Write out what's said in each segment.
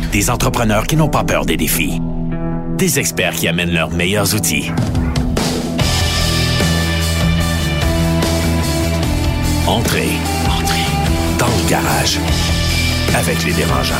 Des entrepreneurs qui n'ont pas peur des défis. Des experts qui amènent leurs meilleurs outils. Entrez dans le garage avec les dérangeants.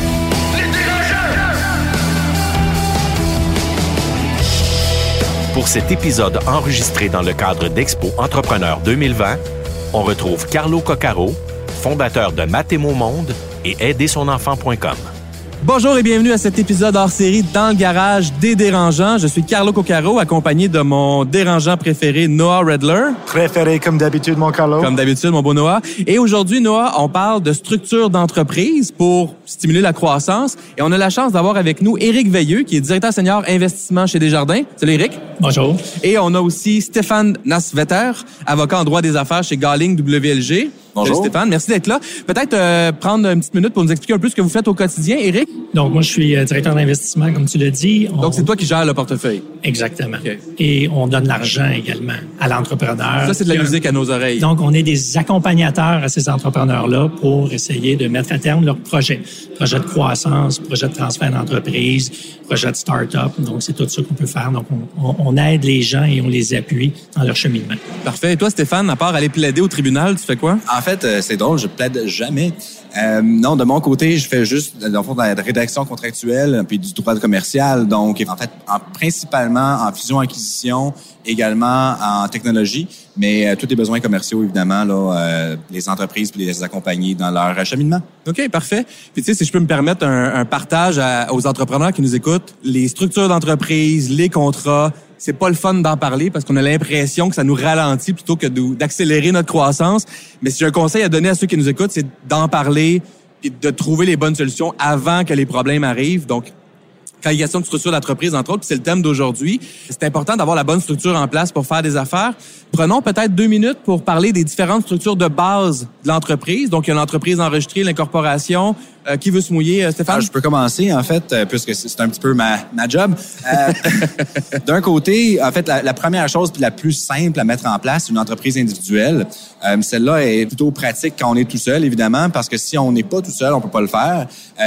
Pour cet épisode enregistré dans le cadre d'Expo Entrepreneur 2020, on retrouve Carlo Coccaro, fondateur de Mathémo Monde et aidersonenfant.com. Bonjour et bienvenue à cet épisode hors série dans le garage des dérangeants. Je suis Carlo Coccaro, accompagné de mon dérangeant préféré, Noah Redler. Préféré comme d'habitude, mon Carlo. Comme d'habitude, mon beau Noah. Et aujourd'hui, Noah, on parle de structure d'entreprise pour stimuler la croissance. Et on a la chance d'avoir avec nous Éric Veilleux, qui est directeur senior investissement chez Desjardins. Salut Éric. Bonjour. Et on a aussi Stéphane Nassvetter, avocat en droit des affaires chez Gahling WLG. Bonjour. Salut Stéphane, merci d'être là. Peut-être prendre une petite minute pour nous expliquer un peu ce que vous faites au quotidien, Éric. Donc, moi, je suis directeur d'investissement, comme tu l'as dit. Donc, c'est toi qui gères le portefeuille. Exactement. Okay. Et on donne l'argent également à l'entrepreneur. Ça, c'est de la musique à nos oreilles. Donc, on est des accompagnateurs à ces entrepreneurs-là pour essayer de mettre à terme leurs projets. Projet de croissance, projet de transfert d'entreprise, projet de start-up. Donc, c'est tout ça qu'on peut faire. Donc, on aide les gens et on les appuie dans leur cheminement. Parfait. Et toi, Stéphane, à part aller plaider au tribunal, tu fais quoi? En fait, c'est drôle, je plaide jamais. Non, de mon côté, je fais juste, dans le fond, de la rédaction contractuelle puis du droit commercial. Donc, en fait, principalement en fusion-acquisition, également en technologie, mais tous les besoins commerciaux, évidemment, là, les entreprises puis les accompagner dans leur acheminement. OK, parfait. Puis, tu sais, si je peux me permettre un partage aux entrepreneurs qui nous écoutent, les structures d'entreprise, les contrats, c'est pas le fun d'en parler parce qu'on a l'impression que ça nous ralentit plutôt que d'accélérer notre croissance. Mais si j'ai un conseil à donner à ceux qui nous écoutent, c'est d'en parler et de trouver les bonnes solutions avant que les problèmes arrivent. Donc, quand il y a question de structure d'entreprise, entre autres, puis c'est le thème d'aujourd'hui, c'est important d'avoir la bonne structure en place pour faire des affaires. Prenons peut-être 2 minutes pour parler des différentes structures de base de l'entreprise. Donc, il y a l'entreprise enregistrée, l'incorporation. Qui veut se mouiller, Stéphane? Je peux commencer, en fait, puisque c'est un petit peu ma job. D'un côté, en fait, la première chose puis la plus simple à mettre en place, c'est une entreprise individuelle. Celle-là est plutôt pratique quand on est tout seul, évidemment, parce que si on n'est pas tout seul, on peut pas le faire.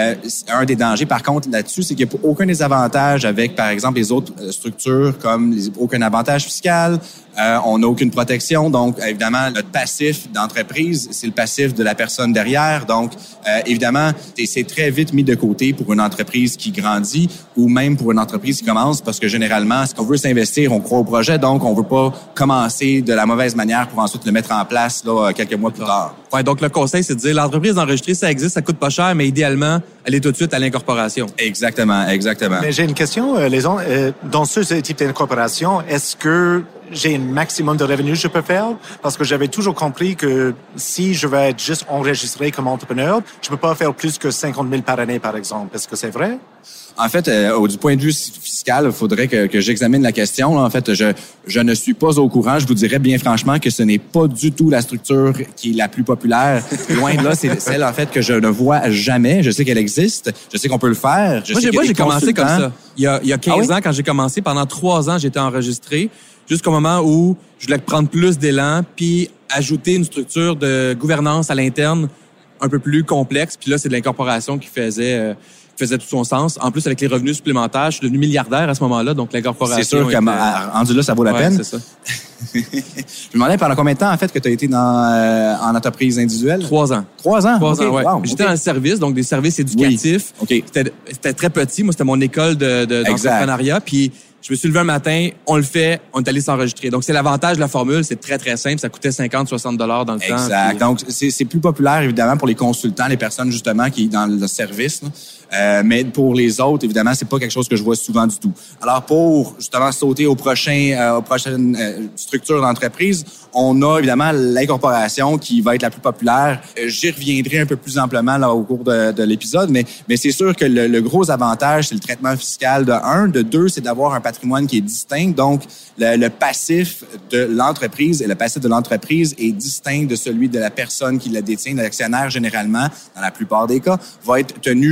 Un des dangers, par contre, là-dessus, c'est qu'il n'y a aucun des avantages avec, par exemple, les autres structures, comme aucun avantage fiscal. On n'a aucune protection. Donc, évidemment, notre passif d'entreprise, c'est le passif de la personne derrière. Donc, évidemment, c'est très vite mis de côté pour une entreprise qui grandit ou même pour une entreprise qui commence parce que généralement, si on veut s'investir, on croit au projet. Donc, on veut pas commencer de la mauvaise manière pour ensuite le mettre en place là, quelques mois plus tard. Ouais, donc le conseil, c'est de dire l'entreprise enregistrée, ça existe, ça coûte pas cher, mais idéalement, aller tout de suite à l'incorporation. Exactement. Mais j'ai une question, dans ce type d'incorporation, est-ce que j'ai un maximum de revenus que je peux faire? Parce que j'avais toujours compris que si je vais être juste enregistré comme entrepreneur, je peux pas faire plus que 50 000 par année, par exemple. Est-ce que c'est vrai? En fait, du point de vue fiscal, il faudrait que j'examine la question. Là. En fait, je ne suis pas au courant. Je vous dirais bien franchement que ce n'est pas du tout la structure qui est la plus populaire. Loin de là, c'est celle, en fait, que je ne vois jamais. Je sais qu'elle existe. Je sais qu'on peut le faire. Moi, j'ai commencé comme ça. Il y a 15 ans, quand j'ai commencé, pendant 3 ans, j'étais enregistré jusqu'au moment où je voulais prendre plus d'élan puis ajouter une structure de gouvernance à l'interne un peu plus complexe. Puis là, c'est de l'incorporation qui faisait tout son sens. En plus, avec les revenus supplémentaires, je suis devenu milliardaire à ce moment-là, donc l'incorporation... C'est sûr qu'à rendu là, ça vaut la peine. C'est ça. Je me demandais pendant combien de temps, en fait, que tu as été en entreprise individuelle? 3 ans. 3 ans? 3 okay. ans, ouais. Wow, J'étais dans le service, donc des services éducatifs. Oui. Okay. C'était très petit. Moi, c'était mon école d'entrepreneuriat. Puis, je me suis levé un matin, on le fait, on est allé s'enregistrer. Donc, c'est l'avantage de la formule. C'est très, très simple. Ça coûtait 50-60 $ dans le temps. Exact. Puis... Donc, c'est plus populaire, évidemment, pour les consultants, les personnes, justement, qui sont dans le service. Mais pour les autres, évidemment, c'est pas quelque chose que je vois souvent du tout. Alors, pour, justement, sauter aux prochaines structures d'entreprise, on a, évidemment, l'incorporation qui va être la plus populaire. J'y reviendrai un peu plus amplement là, au cours de l'épisode, mais c'est sûr que le gros avantage, c'est le traitement fiscal de 1. De 2, c'est d'avoir un patrimoine qui est distinct. Donc, le passif de l'entreprise et le passif de l'entreprise est distinct de celui de la personne qui la détient. L'actionnaire, généralement, dans la plupart des cas, va être tenu jusqu'à son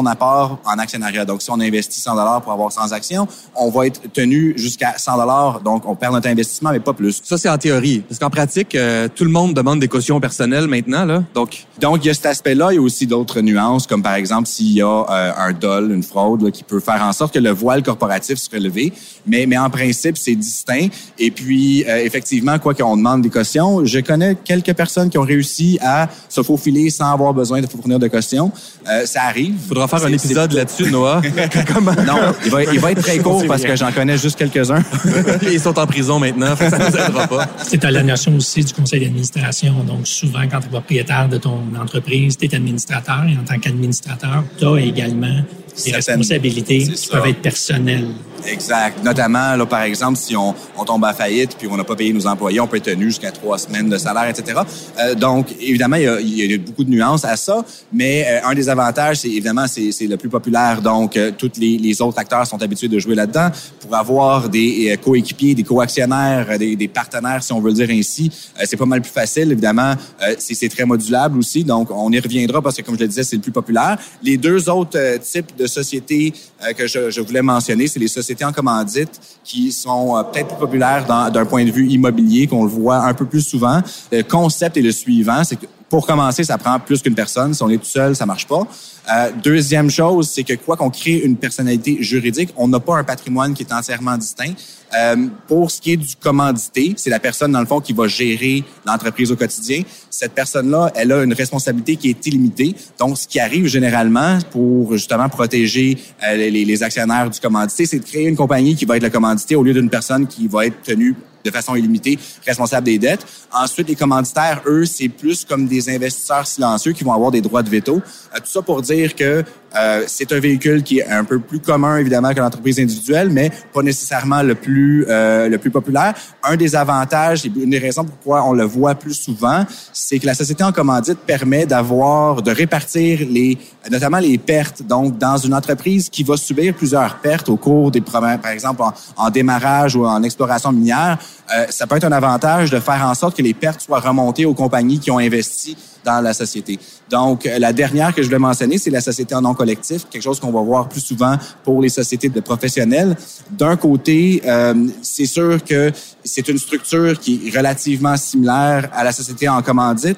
son apport en actionnariat. Donc, si on investit 100 $ pour avoir 100 actions, on va être tenu jusqu'à 100 $. Donc, on perd notre investissement, mais pas plus. Ça, c'est en théorie. Parce qu'en pratique, tout le monde demande des cautions personnelles maintenant, là. Donc, il y a cet aspect-là. Il y a aussi d'autres nuances, comme par exemple, s'il y a un dol, une fraude, là, qui peut faire en sorte que le voile corporatif soit levé. Mais en principe, c'est distinct. Et puis, effectivement, quoi qu'on demande des cautions, je connais quelques personnes qui ont réussi à se faufiler sans avoir besoin de fournir de caution. Ça arrive. Il faudra faire un épisode là-dessus, Noah. Comment? Non, il va être très court parce que j'en connais juste quelques-uns. Ils sont en prison maintenant, ça ne nous aidera pas. C'est à la notion aussi du conseil d'administration. Donc, souvent, quand tu es propriétaire de ton entreprise, tu es administrateur et en tant qu'administrateur, tu as également des responsabilités qui peuvent être personnelles. Exact. Notamment, là, par exemple, si on tombe à faillite puis on n'a pas payé nos employés, on peut être tenu jusqu'à 3 semaines de salaire, etc. Donc, évidemment, il y a beaucoup de nuances à ça, mais un des avantages, c'est évidemment, c'est le plus populaire. Donc, tous les autres acteurs sont habitués de jouer là-dedans. Pour avoir des coéquipiers, des coactionnaires, des partenaires, si on veut le dire ainsi, c'est pas mal plus facile. Évidemment, c'est très modulable aussi. Donc, on y reviendra parce que, comme je le disais, c'est le plus populaire. Les deux autres types de sociétés que je voulais mentionner, c'est les sociétés en commandite qui sont peut-être plus populaires d'un point de vue immobilier, qu'on le voit un peu plus souvent. Le concept est le suivant, c'est que pour commencer, ça prend plus qu'une personne. Si on est tout seul, ça marche pas. Deuxième chose, c'est que quoi qu'on crée une personnalité juridique, on n'a pas un patrimoine qui est entièrement distinct. Pour ce qui est du commandité, c'est la personne, dans le fond, qui va gérer l'entreprise au quotidien. Cette personne-là, elle a une responsabilité qui est illimitée. Donc, ce qui arrive généralement pour, justement, protéger les actionnaires du commandité, c'est de créer une compagnie qui va être le commandité au lieu d'une personne qui va être tenue de façon illimitée, responsable des dettes. Ensuite, les commanditaires, eux, c'est plus comme des investisseurs silencieux qui vont avoir des droits de veto. Tout ça pour dire que c'est un véhicule qui est un peu plus commun, évidemment, que l'entreprise individuelle, mais pas nécessairement le plus populaire. Un des avantages, et une des raisons pourquoi on le voit plus souvent, c'est que la société en commandite permet de répartir notamment les pertes. Donc, dans une entreprise qui va subir plusieurs pertes au cours des premiers, par exemple, en démarrage ou en exploration minière, ça peut être un avantage de faire en sorte que les pertes soient remontées aux compagnies qui ont investi dans la société. Donc, la dernière que je voulais mentionner, c'est la société en non collectif, quelque chose qu'on va voir plus souvent pour les sociétés de professionnels. D'un côté, c'est sûr que c'est une structure qui est relativement similaire à la société en commandite,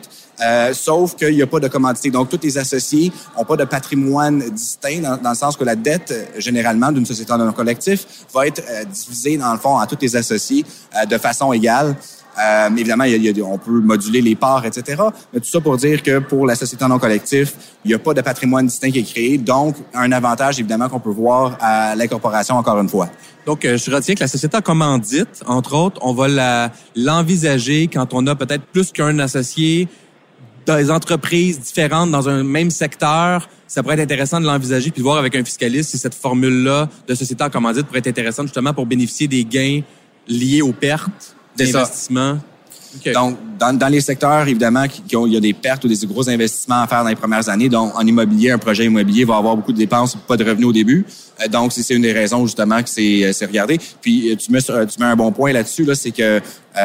sauf qu'il n'y a pas de commandité. Donc, tous les associés n'ont pas de patrimoine distinct dans le sens que la dette, généralement, d'une société en non collectif va être divisée, dans le fond, à tous les associés de façon égale. Évidemment, on peut moduler les parts, etc. Mais tout ça pour dire que pour la société en non collectif, il n'y a pas de patrimoine distinct qui est créé. Donc, un avantage, évidemment, qu'on peut voir à l'incorporation, encore une fois. Donc, je retiens que la société en commandite, entre autres, on va l'envisager quand on a peut-être plus qu'un associé dans des entreprises différentes dans un même secteur. Ça pourrait être intéressant de l'envisager puis de voir avec un fiscaliste si cette formule-là de société en commandite pourrait être intéressante justement pour bénéficier des gains liés aux pertes d'investissement. Okay. Donc, dans les secteurs, évidemment, il y a des pertes ou des gros investissements à faire dans les premières années. Donc, en immobilier, un projet immobilier va avoir beaucoup de dépenses, pas de revenus au début. Donc, c'est une des raisons, justement, que c'est regardé. Puis, tu mets un bon point là-dessus, là, c'est que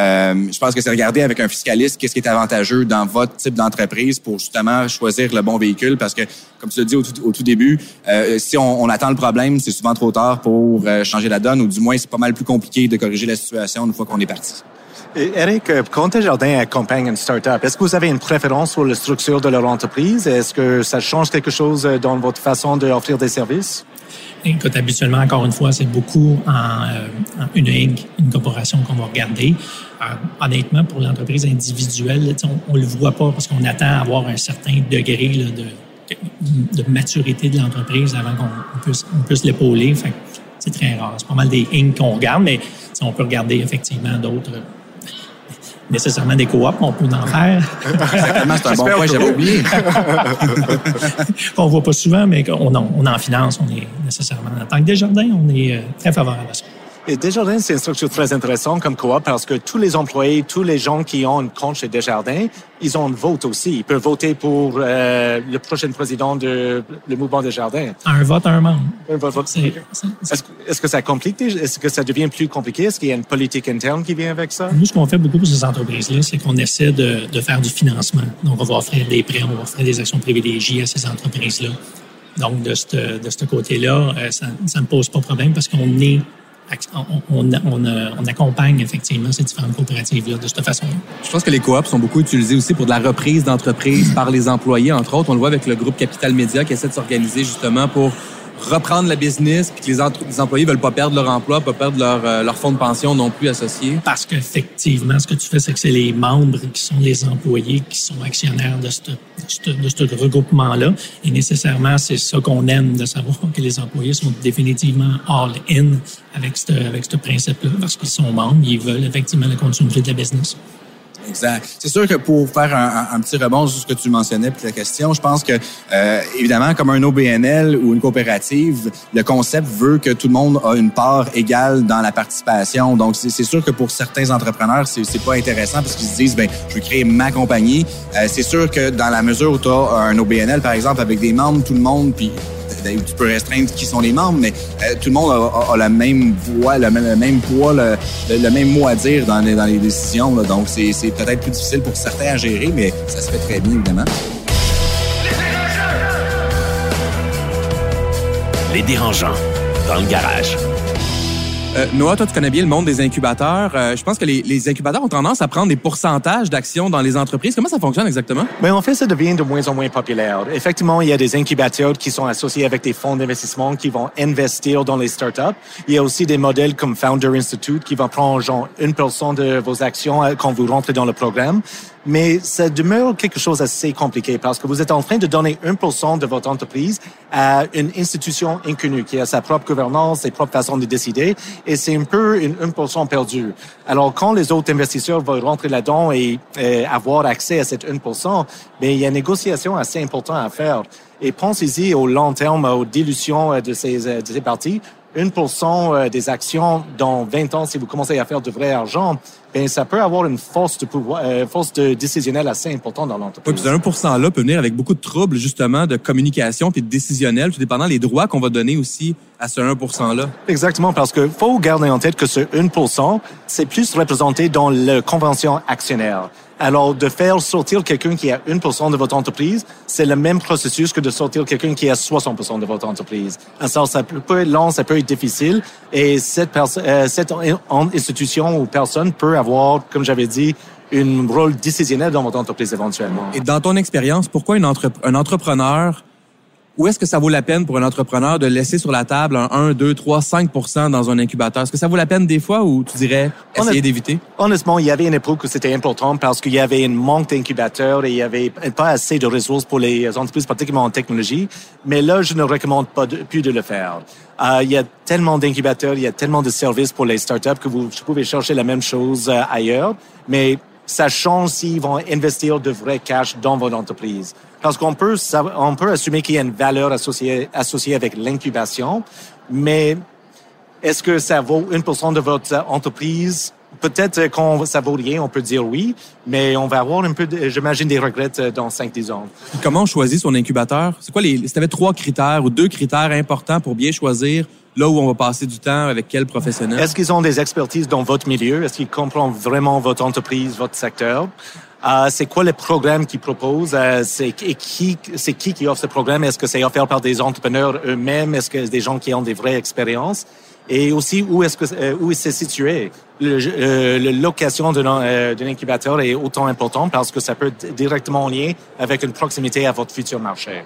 je pense que c'est regarder avec un fiscaliste qu'est-ce qui est avantageux dans votre type d'entreprise pour, justement, choisir le bon véhicule. Parce que, comme tu l'as dit au tout début, si on attend le problème, c'est souvent trop tard pour changer la donne, ou du moins, c'est pas mal plus compliqué de corriger la situation une fois qu'on est parti. Eric, quand Desjardins accompagne une start-up, est-ce que vous avez une préférence pour la structure de leur entreprise? Est-ce que ça change quelque chose dans votre façon d'offrir des services? Écoute, habituellement, encore une fois, c'est beaucoup en une Inc., une corporation qu'on va regarder. Honnêtement, pour l'entreprise individuelle, là, on le voit pas parce qu'on attend à avoir un certain degré là, de maturité de l'entreprise avant qu'on puisse l'épauler. Fait que c'est très rare. C'est pas mal des Inc. qu'on regarde, mais on peut regarder effectivement d'autres. Nécessairement des coops, on peut en faire. Exactement, c'est un bon point, j'avais oublié. On voit pas souvent, mais on en finance, on est nécessairement. En tant que Desjardins, on est très favorable à ça. Et Desjardins, c'est une structure très intéressante comme coop parce que tous les employés, tous les gens qui ont une compte chez Desjardins, ils ont un vote aussi. Ils peuvent voter pour le prochain président le mouvement Desjardins. Un vote, un membre. Un vote. Est-ce que ça complique? Est-ce que ça devient plus compliqué? Est-ce qu'il y a une politique interne qui vient avec ça? Nous, ce qu'on fait beaucoup pour ces entreprises-là, c'est qu'on essaie de faire du financement. Donc, on va offrir des prêts, on va offrir des actions privilégiées à ces entreprises-là. Donc, de ce côté-là, ça ne pose pas de problème parce qu'on accompagne effectivement ces différentes coopératives-là de cette façon-là. Je pense que les coops sont beaucoup utilisés aussi pour de la reprise d'entreprises par les employés, entre autres. On le voit avec le groupe Capital Média qui essaie de s'organiser justement pour reprendre la business, puis que les employés veulent pas perdre leur emploi, pas perdre leur fonds de pension non plus associé. Parce qu'effectivement, ce que tu fais, c'est que c'est les membres qui sont les employés qui sont actionnaires de ce regroupement-là. Et nécessairement, c'est ça qu'on aime, de savoir que les employés sont définitivement all-in avec ce principe-là, parce qu'ils sont membres, ils veulent effectivement la continuité de la business. Exact. C'est sûr que pour faire un petit rebond sur ce que tu mentionnais puis la question, je pense que évidemment comme un OBNL ou une coopérative, le concept veut que tout le monde a une part égale dans la participation. Donc c'est sûr que pour certains entrepreneurs, c'est pas intéressant parce qu'ils se disent je vais créer ma compagnie. C'est sûr que dans la mesure où tu as un OBNL par exemple avec des membres, tout le monde puis tu peux restreindre qui sont les membres, mais tout le monde a la même voix, le même poids, le même mot à dire dans les décisions. Là. Donc, c'est peut-être plus difficile pour certains à gérer, mais ça se fait très bien, évidemment. Les dérangeants, dans le garage. Noah, toi, tu connais bien le monde des incubateurs. Je pense que les incubateurs ont tendance à prendre des pourcentages d'actions dans les entreprises. Comment ça fonctionne exactement? Mais en fait, ça devient de moins en moins populaire. Effectivement, il y a des incubateurs qui sont associés avec des fonds d'investissement qui vont investir dans les startups. Il y a aussi des modèles comme Founder Institute qui vont prendre genre 1% de vos actions quand vous rentrez dans le programme. Mais ça demeure quelque chose d'assez compliqué parce que vous êtes en train de donner 1% de votre entreprise à une institution inconnue qui a sa propre gouvernance, ses propres façons de décider, et c'est un peu une 1% perdu. Alors, quand les autres investisseurs vont rentrer là-dedans et avoir accès à cette 1%, bien, il y a une négociation assez importante à faire. Et pensez-y au long terme, aux dilutions de ces parties. 1% des actions dans 20 ans, si vous commencez à faire de vrai argent, ben ça peut avoir une force de pouvoir, force de décisionnelle assez importante dans l'entreprise. Oui, puis ce 1%-là peut venir avec beaucoup de troubles, justement, de communication puis de décisionnel, tout dépendant des droits qu'on va donner aussi à ce 1%-là. Exactement, parce que faut garder en tête que ce 1%, c'est plus représenté dans la convention actionnaire. Alors, de faire sortir quelqu'un qui a 1% de votre entreprise, c'est le même processus que de sortir quelqu'un qui a 60% de votre entreprise. Alors, ça peut être long, ça peut être difficile, et cette institution ou personne peut avoir, comme j'avais dit, un rôle décisionnel dans votre entreprise éventuellement. Et dans ton expérience, pourquoi un entrepreneur, où est-ce que ça vaut la peine pour un entrepreneur de laisser sur la table un 1, 2, 3, 5% dans un incubateur? Est-ce que ça vaut la peine des fois ou tu dirais essayer d'éviter? Honnêtement, il y avait une époque où c'était important parce qu'il y avait un manque d'incubateurs et il y avait pas assez de ressources pour les entreprises, particulièrement en technologie. Mais là, je ne recommande pas plus de le faire. Il y a tellement d'incubateurs, il y a tellement de services pour les startups que vous pouvez chercher la même chose ailleurs. Mais ça change s'ils vont investir de vrais cash dans votre entreprise. Parce qu'on peut assumer qu'il y a une valeur associée avec l'incubation, mais est-ce que ça vaut 1% de votre entreprise? Peut-être quand ça vaut rien, on peut dire oui, mais on va avoir un peu, j'imagine, des regrets dans 5-10 ans. Comment on choisit son incubateur? C'est quoi si tu avais 3 critères ou 2 critères importants pour bien choisir là où on va passer du temps avec quel professionnel? Est-ce qu'ils ont des expertises dans votre milieu? Est-ce qu'ils comprennent vraiment votre entreprise, votre secteur? C'est quoi le programme qu'ils proposent? C'est qui offre ce programme? Est-ce que c'est offert par des entrepreneurs eux-mêmes? Est-ce que c'est des gens qui ont des vraies expériences? Et aussi, où c'est situé? La location d'un incubateur est autant important parce que ça peut être directement en lien avec une proximité à votre futur marché.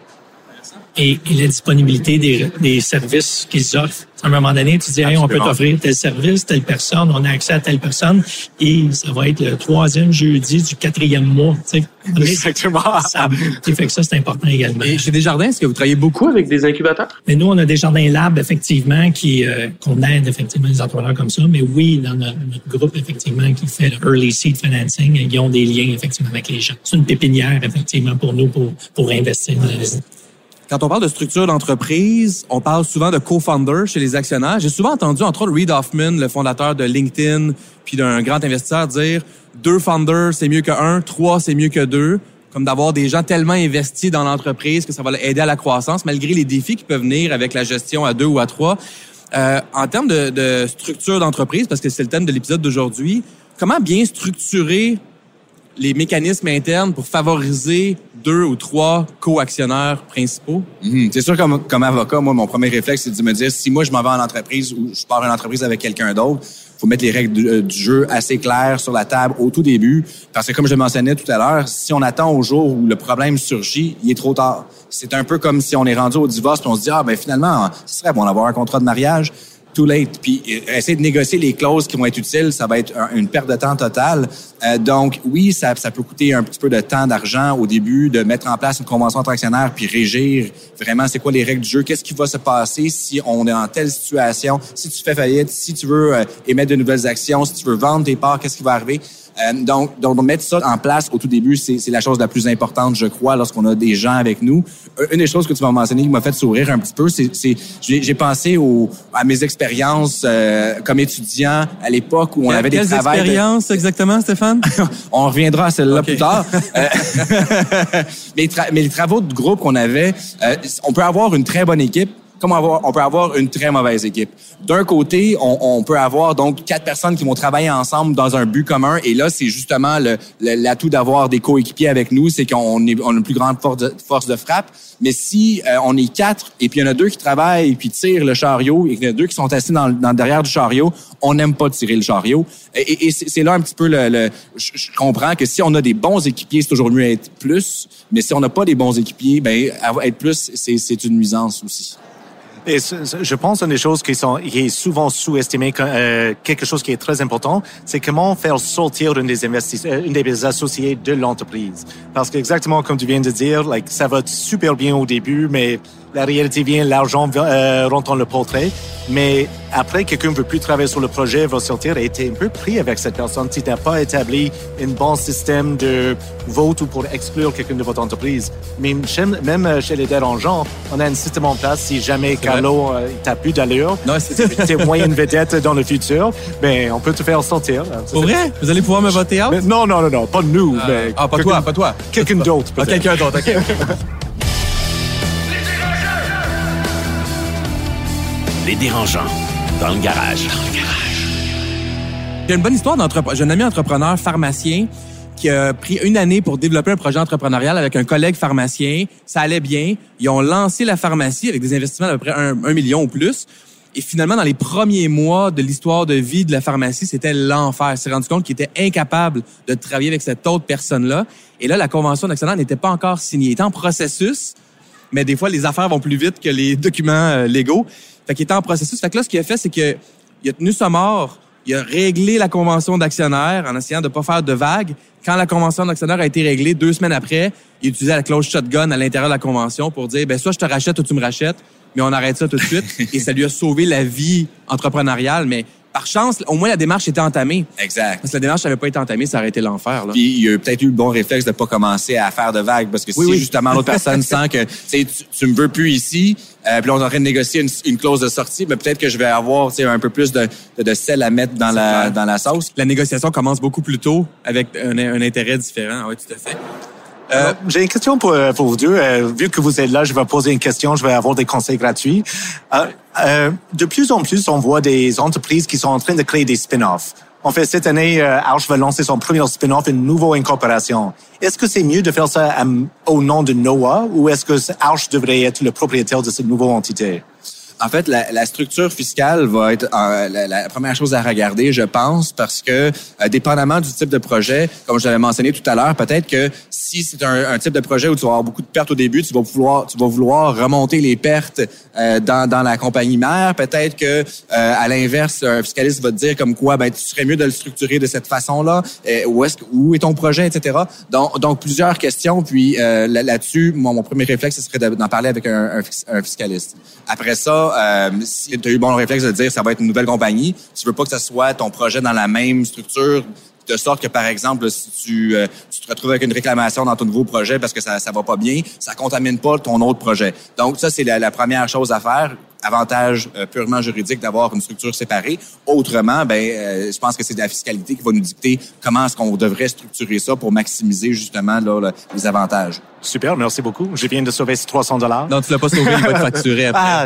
Et la disponibilité des services qu'ils offrent. À un moment donné, tu dis, hey, on peut t'offrir tel service, telle personne, on a accès à telle personne, et ça va être le 3e jeudi du 4e mois. Exactement. Fait que ça, c'est important également. Et chez Desjardins, est-ce que vous travaillez beaucoup avec des incubateurs? Mais nous, on a Desjardins Lab, effectivement, qu'on aide effectivement les entrepreneurs comme ça. Mais oui, dans notre groupe, effectivement, qui fait le Early Seed Financing, ils ont des liens, effectivement, avec les gens. C'est une pépinière, effectivement, pour nous, pour investir dans la business. Quand on parle de structure d'entreprise, on parle souvent de co-founders chez les actionnaires. J'ai souvent entendu, entre autres, Reid Hoffman, le fondateur de LinkedIn, puis d'un grand investisseur, dire 2 founders, c'est mieux que 1, 3, c'est mieux que 2. Comme d'avoir des gens tellement investis dans l'entreprise que ça va aider à la croissance, malgré les défis qui peuvent venir avec la gestion à 2 ou à 3. En termes de structure d'entreprise, parce que c'est le thème de l'épisode d'aujourd'hui, comment bien structurer les mécanismes internes pour favoriser 2 ou 3 co-actionnaires principaux? C'est sûr, comme avocat, moi, mon premier réflexe, c'est de me dire, si moi, je m'en vais en entreprise ou je pars une entreprise avec quelqu'un d'autre, faut mettre les règles du jeu assez claires sur la table au tout début. Parce que, comme je le mentionnais tout à l'heure, si on attend au jour où le problème surgit, il est trop tard. C'est un peu comme si on est rendu au divorce puis on se dit, finalement, ce serait bon d'avoir un contrat de mariage. Too late. Puis essayer de négocier les clauses qui vont être utiles, ça va être une perte de temps totale. Donc oui, ça peut coûter un petit peu de temps, d'argent au début, de mettre en place une convention entre actionnaires puis régir vraiment c'est quoi les règles du jeu, qu'est-ce qui va se passer si on est en telle situation, si tu fais faillite, si tu veux émettre de nouvelles actions, si tu veux vendre tes parts, qu'est-ce qui va arriver. Donc mettre ça en place au tout début, c'est la chose la plus importante, je crois, lorsqu'on a des gens avec nous. Une des choses que tu m'as mentionné qui m'a fait sourire un petit peu, j'ai pensé à mes expériences comme étudiant à l'époque où on avait des travails. Quelles expériences exactement, Stéphane? On reviendra à celle-là plus tard. Mais les travaux de groupe qu'on avait, on peut avoir une très bonne équipe, comme on peut avoir une très mauvaise équipe. D'un côté, on peut avoir donc 4 personnes qui vont travailler ensemble dans un but commun. Et là, c'est justement l'atout d'avoir des coéquipiers avec nous, c'est qu'on a une plus grande force de frappe. Mais si on est 4 et puis il y en a 2 qui travaillent et puis tirent le chariot et qu'il y en a 2 qui sont assis dans derrière du chariot, on n'aime pas tirer le chariot. Et c'est là un petit peu je comprends que si on a des bons équipiers, c'est toujours mieux être plus. Mais si on n'a pas des bons équipiers, être plus, c'est une nuisance aussi. Et je pense une des choses qui est souvent sous-estimée, quelque chose qui est très important, c'est comment faire sortir une des associés de l'entreprise. Parce que exactement comme tu viens de dire, ça va super bien au début, mais la réalité vient, l'argent rentre dans le portrait. Mais après, quelqu'un ne veut plus travailler sur le projet, va sortir et t'es un peu pris avec cette personne si tu n'as pas établi un bon système de vote ou pour exclure quelqu'un de votre entreprise. Mais même chez les dérangeants, on a un système en place. Si jamais Carlo t'as plus d'allure, t'es moyenne vedette dans le futur, on peut te faire sortir. Pour vrai? Vous allez pouvoir me voter out? Non, pas nous. Pas toi. Quelqu'un d'autre. Quelqu'un d'autre, OK. Les dérangeants, dans le garage. J'ai une bonne histoire j'ai un ami entrepreneur pharmacien qui a pris 1 année pour développer un projet entrepreneurial avec un collègue pharmacien. Ça allait bien. Ils ont lancé la pharmacie avec des investissements d'à peu près 1 million ou plus. Et finalement, dans les premiers mois de l'histoire de vie de la pharmacie, c'était l'enfer. Il s'est rendu compte qu'il était incapable de travailler avec cette autre personne-là. Et là, la convention d'actionnaire n'était pas encore signée. Il était en processus, mais des fois, les affaires vont plus vite que les documents légaux. Fait qu'il était en processus. Fait que là, ce qu'il a fait, c'est qu'il a tenu ça mort. Il a réglé la convention d'actionnaire en essayant de pas faire de vagues. Quand la convention d'actionnaire a été réglée, 2 semaines après, il utilisait la clause shotgun à l'intérieur de la convention pour dire, soit je te rachète ou tu me rachètes, mais on arrête ça tout de suite. Et ça lui a sauvé la vie entrepreneuriale. Mais par chance, au moins la démarche était entamée. Exact. Parce que la démarche n'avait pas été entamée, ça aurait été l'enfer. Là. Puis il a peut-être eu le bon réflexe de pas commencer à faire de vagues, parce que si justement l'autre personne sent que tu me veux plus ici, puis là on est en train de négocier une clause de sortie, mais peut-être que je vais avoir un peu plus de sel à mettre dans la sauce. La négociation commence beaucoup plus tôt avec un intérêt différent. Oui, tout à fait. J'ai une question pour vous deux. Vu que vous êtes là, je vais poser une question, je vais avoir des conseils gratuits. De plus en plus, on voit des entreprises qui sont en train de créer des spin-offs. En fait, cette année, Arch va lancer son premier spin-off, une nouvelle incorporation. Est-ce que c'est mieux de faire ça au nom de Noah ou est-ce que Arch devrait être le propriétaire de cette nouvelle entité? En fait, la structure fiscale va être la première chose à regarder, je pense, parce que dépendamment du type de projet, comme je l'avais mentionné tout à l'heure, peut-être que si c'est un type de projet où tu vas avoir beaucoup de pertes au début, tu vas vouloir remonter les pertes dans la compagnie mère. Peut-être que à l'inverse, un fiscaliste va te dire comme quoi, tu serais mieux de le structurer de cette façon-là. Où est ton projet, etc. Donc plusieurs questions. Puis là-dessus, mon premier réflexe, ce serait d'en parler avec un fiscaliste. Après ça, si tu as eu le bon réflexe de dire ça va être une nouvelle compagnie, tu veux pas que ça soit ton projet dans la même structure, de sorte que, par exemple, si tu te retrouves avec une réclamation dans ton nouveau projet parce que ça va pas bien, ça contamine pas ton autre projet. Donc ça, c'est la première chose à faire. avantage purement juridique d'avoir une structure séparée. Autrement, je pense que c'est la fiscalité qui va nous dicter comment est-ce qu'on devrait structurer ça pour maximiser justement là, les avantages. Super, merci beaucoup. Je viens de sauver ces $300. Non, tu l'as pas sauvé, il va te facturer après. Ah,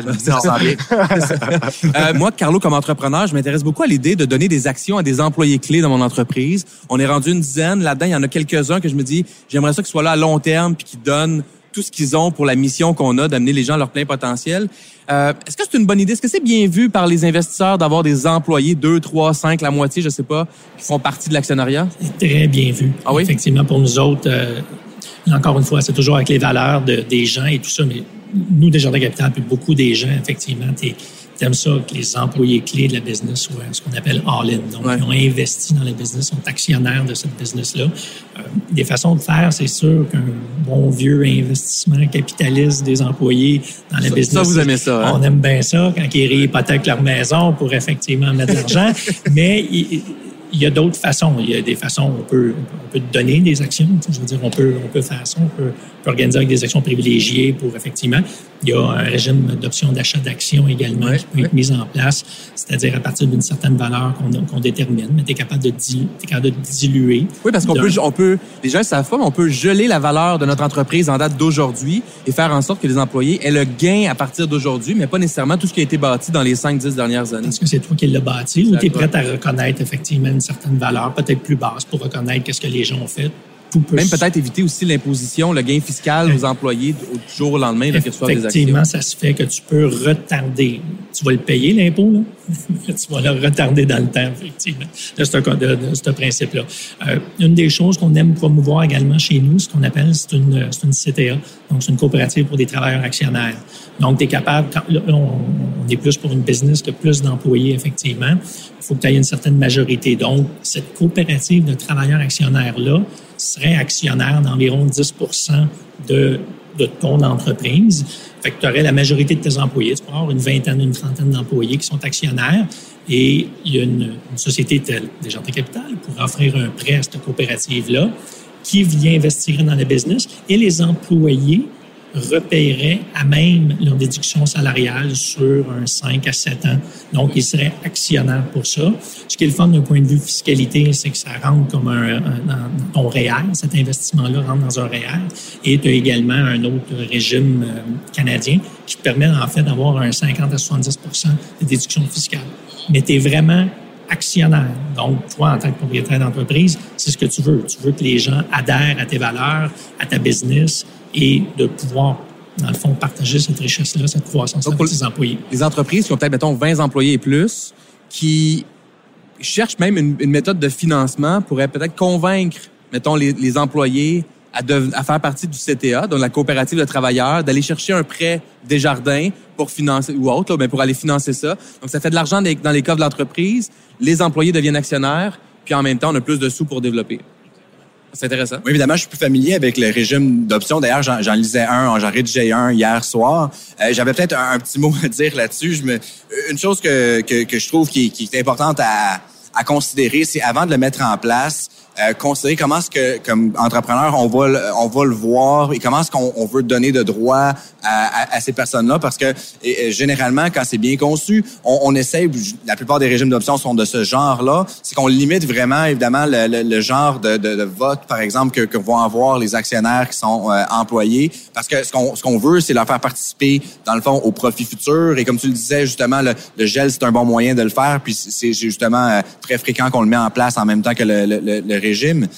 non. Moi, Carlo, comme entrepreneur, je m'intéresse beaucoup à l'idée de donner des actions à des employés clés dans mon entreprise. On est rendu une dizaine. Là-dedans, il y en a quelques-uns que je me dis, j'aimerais ça qu'ils soient là à long terme puis qu'ils donnent tout ce qu'ils ont pour la mission qu'on a d'amener les gens à leur plein potentiel. Est-ce que c'est une bonne idée? Est-ce que c'est bien vu par les investisseurs d'avoir des employés, 2, 3, 5, la moitié, je sais pas, qui font partie de l'actionnariat? C'est très bien vu. Ah oui? Effectivement, pour nous autres, encore une fois, c'est toujours avec les valeurs des gens et tout ça, mais nous, Desjardins Capital, puis beaucoup des gens, effectivement, t'aimes ça que les employés clés de la business soient ce qu'on appelle all-in. Donc, ils ont investi dans la business, sont actionnaires de cette business-là. Des façons de faire, c'est sûr qu'un bon vieux investissement capitaliste des employés dans la business. Ça, vous aimez ça, hein? On aime bien ça quand ils réhypothèquent leur maison pour effectivement mettre de l'argent. Mais il y a d'autres façons. Il y a des façons où on peut te donner des actions. Je veux dire, on peut faire ça. On peut organiser avec des actions privilégiées pour effectivement. Il y a un régime d'option d'achat d'actions également qui peut être mis en place, c'est-à-dire à partir d'une certaine valeur qu'on détermine, mais tu es capable de diluer. Oui, parce qu'on peut, les gens ne savent pas, mais on peut geler la valeur de notre entreprise en date d'aujourd'hui et faire en sorte que les employés aient le gain à partir d'aujourd'hui, mais pas nécessairement tout ce qui a été bâti dans les 5-10 dernières années. Est-ce que c'est toi qui l'as bâti ou tu es prêt à reconnaître effectivement une certaine valeur, peut-être plus basse, pour reconnaître qu'est-ce que les gens ont fait? Même peut-être éviter aussi l'imposition, le gain fiscal aux employés du jour au lendemain de reçoivent des actions. Effectivement, ça se fait que tu peux retarder. Tu vas le payer, l'impôt, là. Tu vas le retarder dans le temps, effectivement, de ce principe-là. Une des choses qu'on aime promouvoir également chez nous, ce qu'on appelle, c'est une CTA. Donc, c'est une coopérative pour des travailleurs actionnaires. Donc, tu es capable, on est plus pour une business que plus d'employés, effectivement. Il faut que tu aies une certaine majorité. Donc, cette coopérative de travailleurs actionnaires-là serait actionnaire d'environ 10 de ton entreprise. Fait que tu aurais la majorité de tes employés. Tu pourrais avoir une vingtaine, une trentaine d'employés qui sont actionnaires. Et il y a une société telle, Desjardins Capital, pour offrir un prêt à cette coopérative-là qui vient investir dans le business. Et les employés repaieraient à même leur déduction salariale sur un 5 à 7 ans. Donc, ils seraient actionnaires pour ça. Ce qui est le fun d'un point de vue fiscalité, c'est que ça rentre comme dans ton REER. Cet investissement-là rentre dans un REER. Et tu as également un autre régime canadien qui te permet, en fait, d'avoir un 50 à 70 de déduction fiscale. Mais tu es vraiment actionnaire. Donc, toi, en tant que propriétaire d'entreprise, c'est ce que tu veux. Tu veux que les gens adhèrent à tes valeurs, à ta business et de pouvoir, dans le fond, partager cette richesse-là, cette croissance avec tes employés. Les entreprises qui ont peut-être, mettons, 20 employés et plus, qui cherchent même une méthode de financement, pourraient peut-être convaincre, mettons, les employés à faire partie du CTA, donc la coopérative de travailleurs, d'aller chercher un prêt Desjardins pour financer, ou autre, là, pour aller financer ça. Donc, ça fait de l'argent dans les coffres de l'entreprise, les employés deviennent actionnaires, puis en même temps, on a plus de sous pour développer. C'est intéressant. Oui, évidemment, je suis plus familier avec le régime d'options. D'ailleurs, j'en lisais j'en rédigeais un hier soir. J'avais peut-être un petit mot à dire là-dessus. Une chose que je trouve qui est importante à considérer, c'est avant de le mettre en place, considérer comment est-ce que, comme entrepreneur, on va le voir et comment est-ce qu'on veut donner de droits à ces personnes-là, parce que généralement, quand c'est bien conçu, on essaie, la plupart des régimes d'options sont de ce genre-là, c'est qu'on limite vraiment, évidemment, le genre de vote, par exemple, que vont avoir les actionnaires qui sont employés, parce que ce qu'on veut, c'est leur faire participer, dans le fond, au profit futur, et comme tu le disais, justement, le gel, c'est un bon moyen de le faire, puis c'est justement très fréquent qu'on le met en place en même temps que le régime.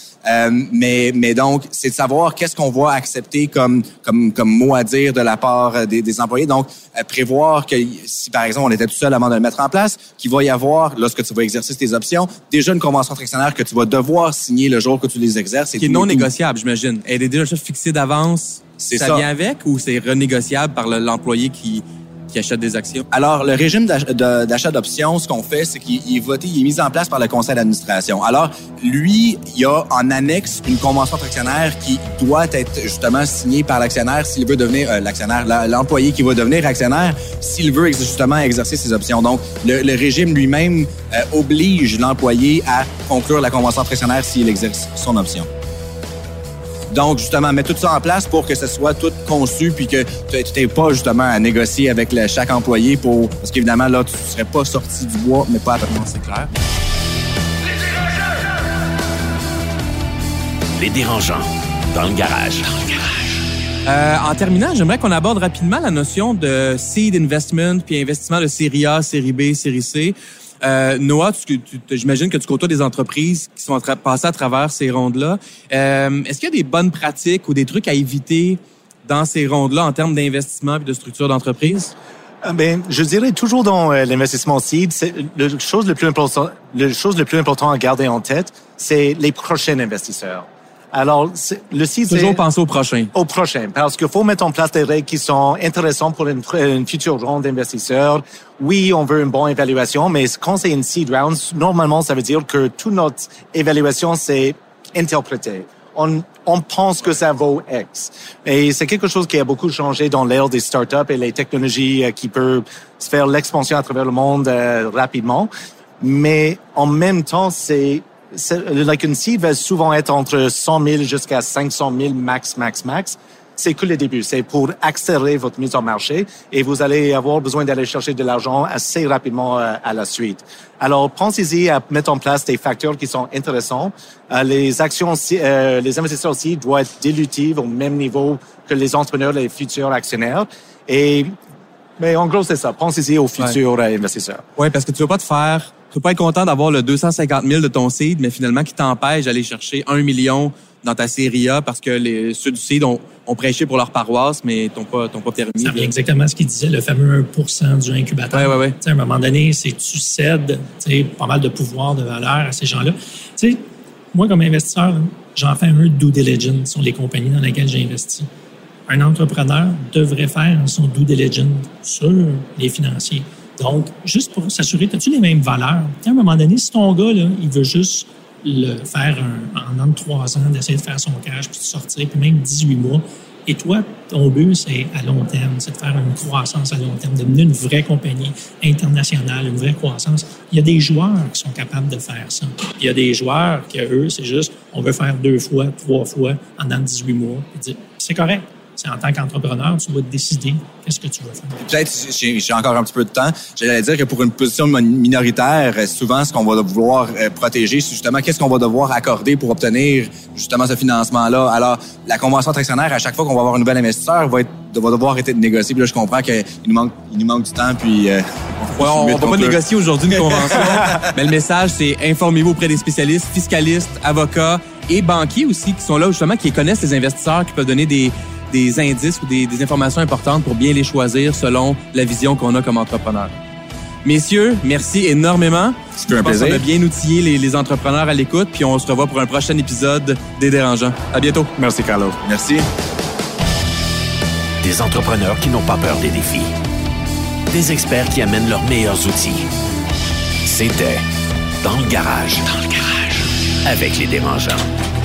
Mais donc, c'est de savoir qu'est-ce qu'on va accepter comme mot à dire de la part des employés. Donc, prévoir que si, par exemple, on était tout seul avant de le mettre en place, qu'il va y avoir, lorsque tu vas exercer tes options, déjà une convention entre actionnaires que tu vas devoir signer le jour que tu les exerces. Qui est non négociable, j'imagine. Elle est déjà fixée d'avance. Ça vient avec ou c'est renégociable par l'employé qui achète des actions? Alors, le régime d'achat d'options, ce qu'on fait, c'est qu'il est mis en place par le conseil d'administration. Alors, lui, il y a en annexe une convention entre actionnaires qui doit être justement signée par l'actionnaire s'il veut devenir l'employé qui va devenir actionnaire s'il veut justement exercer ses options. Donc, le régime lui-même oblige l'employé à conclure la convention entre actionnaires s'il exerce son option. Donc, justement, mets tout ça en place pour que ce soit tout conçu puis que tu n'aies pas, justement, à négocier avec chaque employé parce qu'évidemment, là, tu ne serais pas sorti du bois, mais pas à c'est clair. Les dérangeants, dans le garage. En terminant, j'aimerais qu'on aborde rapidement la notion de seed investment puis investissement de série A, série B, série C. Noah, j'imagine que tu côtoies des entreprises qui sont passées à travers ces rondes-là. Est-ce qu'il y a des bonnes pratiques ou des trucs à éviter dans ces rondes-là en termes d'investissement et de structure d'entreprise? Ben, je dirais toujours dans l'investissement seed, c'est la chose le plus important à garder en tête, c'est les prochains investisseurs. Alors, le seed, toujours penser au prochain. Au prochain, parce qu'il faut mettre en place des règles qui sont intéressantes pour une future ronde d'investisseurs. Oui, on veut une bonne évaluation, mais quand c'est une seed round, normalement, ça veut dire que toute notre évaluation, c'est interprété. On pense que ça vaut X. Et c'est quelque chose qui a beaucoup changé dans l'ère des startups et les technologies qui peuvent se faire l'expansion à travers le monde rapidement. Mais en même temps, une seed va souvent être entre 100 000 jusqu'à 500 000 max. C'est que le début. C'est pour accélérer votre mise en marché et vous allez avoir besoin d'aller chercher de l'argent assez rapidement à la suite. Alors, pensez-y à mettre en place des facteurs qui sont intéressants. Les investisseurs aussi doivent être dilutifs au même niveau que les entrepreneurs, les futurs actionnaires. Mais en gros, c'est ça. Pensez-y aux futurs investisseurs. Oui, parce que tu veux pas être content d'avoir le 250 000 de ton seed, mais finalement qui t'empêche d'aller chercher 1 million dans ta série A parce que ceux du seed ont prêché pour leur paroisse, mais t'ont pas permis. Ça revient exactement à ce qu'il disait, le fameux 1% du incubateur. Ouais. À un moment donné, c'est que tu cèdes pas mal de pouvoir, de valeur à ces gens-là. T'sais, moi, comme investisseur, j'en fais un due diligence sur les compagnies dans lesquelles j'ai investi. Un entrepreneur devrait faire son due diligence sur les financiers. Donc, juste pour s'assurer, as-tu les mêmes valeurs? À un moment donné, si ton gars, là, il veut juste le faire en de 3 ans, d'essayer de faire son cash, puis de sortir, puis même 18 mois, et toi, ton but, c'est à long terme, c'est de faire une croissance à long terme, de devenir une vraie compagnie internationale, une vraie croissance. Il y a des joueurs qui sont capables de faire ça. Il y a des joueurs qui, eux, c'est juste, on veut faire 2 fois, 3 fois en de 18 mois, puis c'est correct. C'est en tant qu'entrepreneur, tu dois décider qu'est-ce que tu veux faire. Peut-être, j'ai encore un petit peu de temps, j'allais dire que pour une position minoritaire, souvent, ce qu'on va vouloir protéger, c'est justement qu'est-ce qu'on va devoir accorder pour obtenir justement ce financement-là. Alors, la convention entre actionnaires, à chaque fois qu'on va avoir un nouvel investisseur, va devoir être négociée. Puis là, je comprends qu'il nous manque du temps, puis... on va pas négocier aujourd'hui une convention, mais le message, c'est informez-vous auprès des spécialistes, fiscalistes, avocats et banquiers aussi, qui sont là justement, qui connaissent les investisseurs, qui peuvent donner des indices ou des informations importantes pour bien les choisir selon la vision qu'on a comme entrepreneur. Messieurs, merci énormément. C'était un plaisir. On a bien outillé les entrepreneurs à l'écoute, puis on se revoit pour un prochain épisode des Dérangeants. À bientôt. Merci, Carlo. Merci. Des entrepreneurs qui n'ont pas peur des défis. Des experts qui amènent leurs meilleurs outils. C'était Dans le garage. Avec les Dérangeants.